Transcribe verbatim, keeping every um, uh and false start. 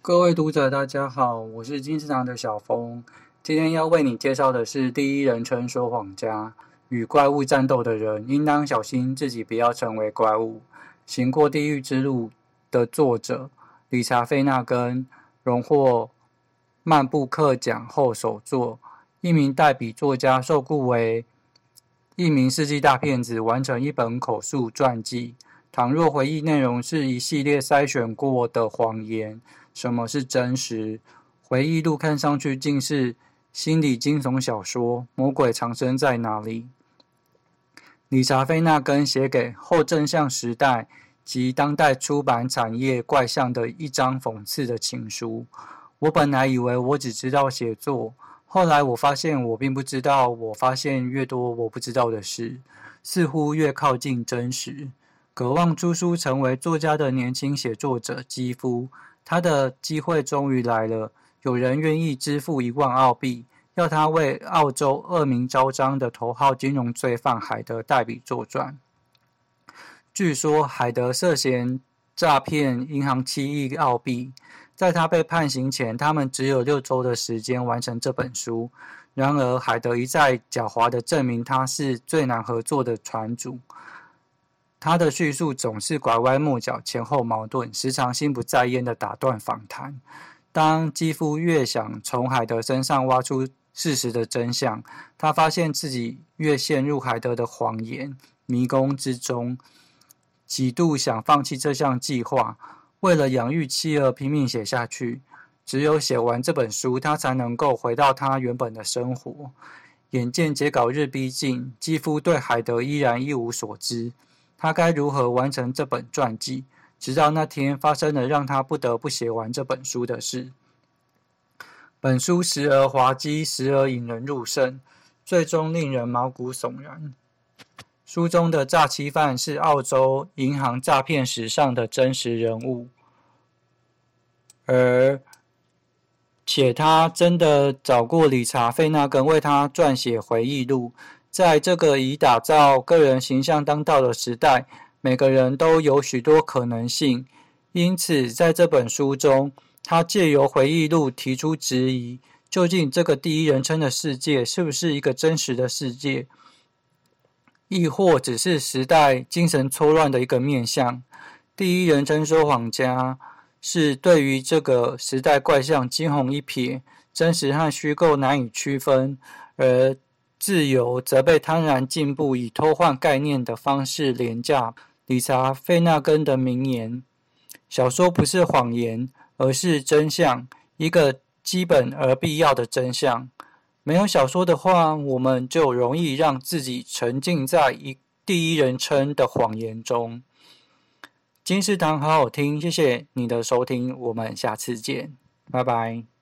各位读者大家好，我是金石堂的小峰，今天要为你介绍的是第一人称说谎家。与怪物战斗的人应当小心自己不要成为怪物。行过地狱之路的作者理查·费纳根荣获曼布克奖后首作，一名代笔作家受雇为一名世纪大骗子，完成一本口述传记。倘若回忆内容是一系列筛选过的谎言，什么是真实？回忆录看上去竟是心理惊悚小说，魔鬼藏身在哪里？理查·费纳根写给后真相时代及当代出版产业怪象的一张讽刺的情书。我本来以为我只知道写作，后来我发现我并不知道，我发现越多我不知道的事，似乎越靠近真实。渴望出书成为作家的年轻写作者基夫，他的机会终于来了，有人愿意支付一万澳币，要他为澳洲恶名昭彰的头号金融罪犯海德代笔作传。据说海德涉嫌诈骗银行七亿澳币，在他被判刑前，他们只有六周的时间完成这本书。然而海德一再狡猾地证明他是最难合作的船主。他的叙述总是拐弯抹角，前后矛盾，时常心不在焉地打断访谈。当基夫越想从海德身上挖出事实的真相，他发现自己越陷入海德的谎言迷宫之中，几度想放弃这项计划，为了养育妻儿拼命写下去。只有写完这本书，他才能够回到他原本的生活。眼见截稿日逼近，基夫对海德依然一无所知。他该如何完成这本传记？直到那天发生了让他不得不写完这本书的事。本书时而滑稽，时而引人入胜，最终令人毛骨悚然。书中的诈欺犯是澳洲银行诈骗史上的真实人物，而且他真的找过理查·费纳根为他撰写回忆录。在这个以打造个人形象当道的时代，每个人都有许多可能性。因此在这本书中，他借由回忆录提出质疑，究竟这个第一人称的世界是不是一个真实的世界，亦或只是时代精神错乱的一个面向。第一人称说谎家是对于这个时代怪象惊鸿一瞥，真实和虚构难以区分，而自由则被贪婪进步以偷换概念的方式廉价。理查·费纳根的名言：小说不是谎言，而是真相，一个基本而必要的真相。没有小说的话，我们就容易让自己沉浸在一第一人称的谎言中。金石堂好好听，谢谢你的收听，我们下次见，拜拜。